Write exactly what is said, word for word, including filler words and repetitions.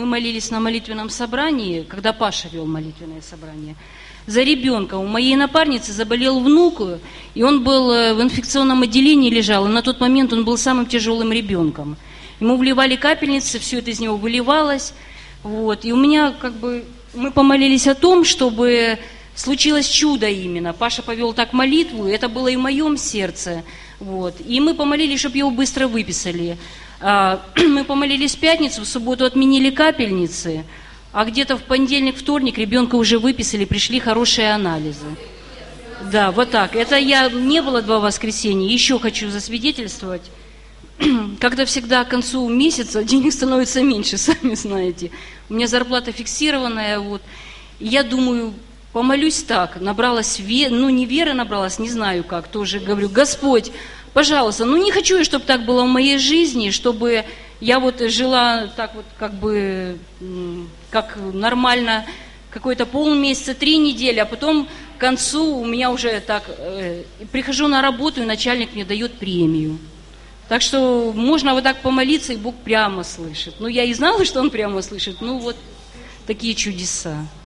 мы молились на молитвенном собрании, когда Паша вел молитвенное собрание, за ребенка. У моей напарницы заболел внук, и он был в инфекционном отделении лежал, и на тот момент он был самым тяжелым ребенком. Ему вливали капельницы, все это из него выливалось. Вот. И у меня как бы, мы помолились о том, чтобы случилось чудо именно. Паша повел так молитву, это было и в моем сердце. Вот. И мы помолились, чтобы его быстро выписали. Мы помолились в пятницу, в субботу отменили капельницы, а где-то в понедельник, вторник ребенка уже выписали, пришли хорошие анализы. Да, вот так. Это я, не было два воскресенья. Еще хочу засвидетельствовать. Когда всегда к концу месяца денег становится меньше, сами знаете. У меня зарплата фиксированная, вот. И я думаю, помолюсь так. Набралась, ве... ну не веры набралась, не знаю как, тоже говорю, Господь, пожалуйста, ну не хочу я, чтобы так было в моей жизни, чтобы я вот жила так вот как бы, как нормально, какой-то полмесяца, три недели, а потом к концу у меня уже так, э, прихожу на работу, и начальник мне дает премию. Так что можно вот так помолиться, и Бог прямо слышит. Ну, я и знала, что Он прямо слышит, ну вот такие чудеса.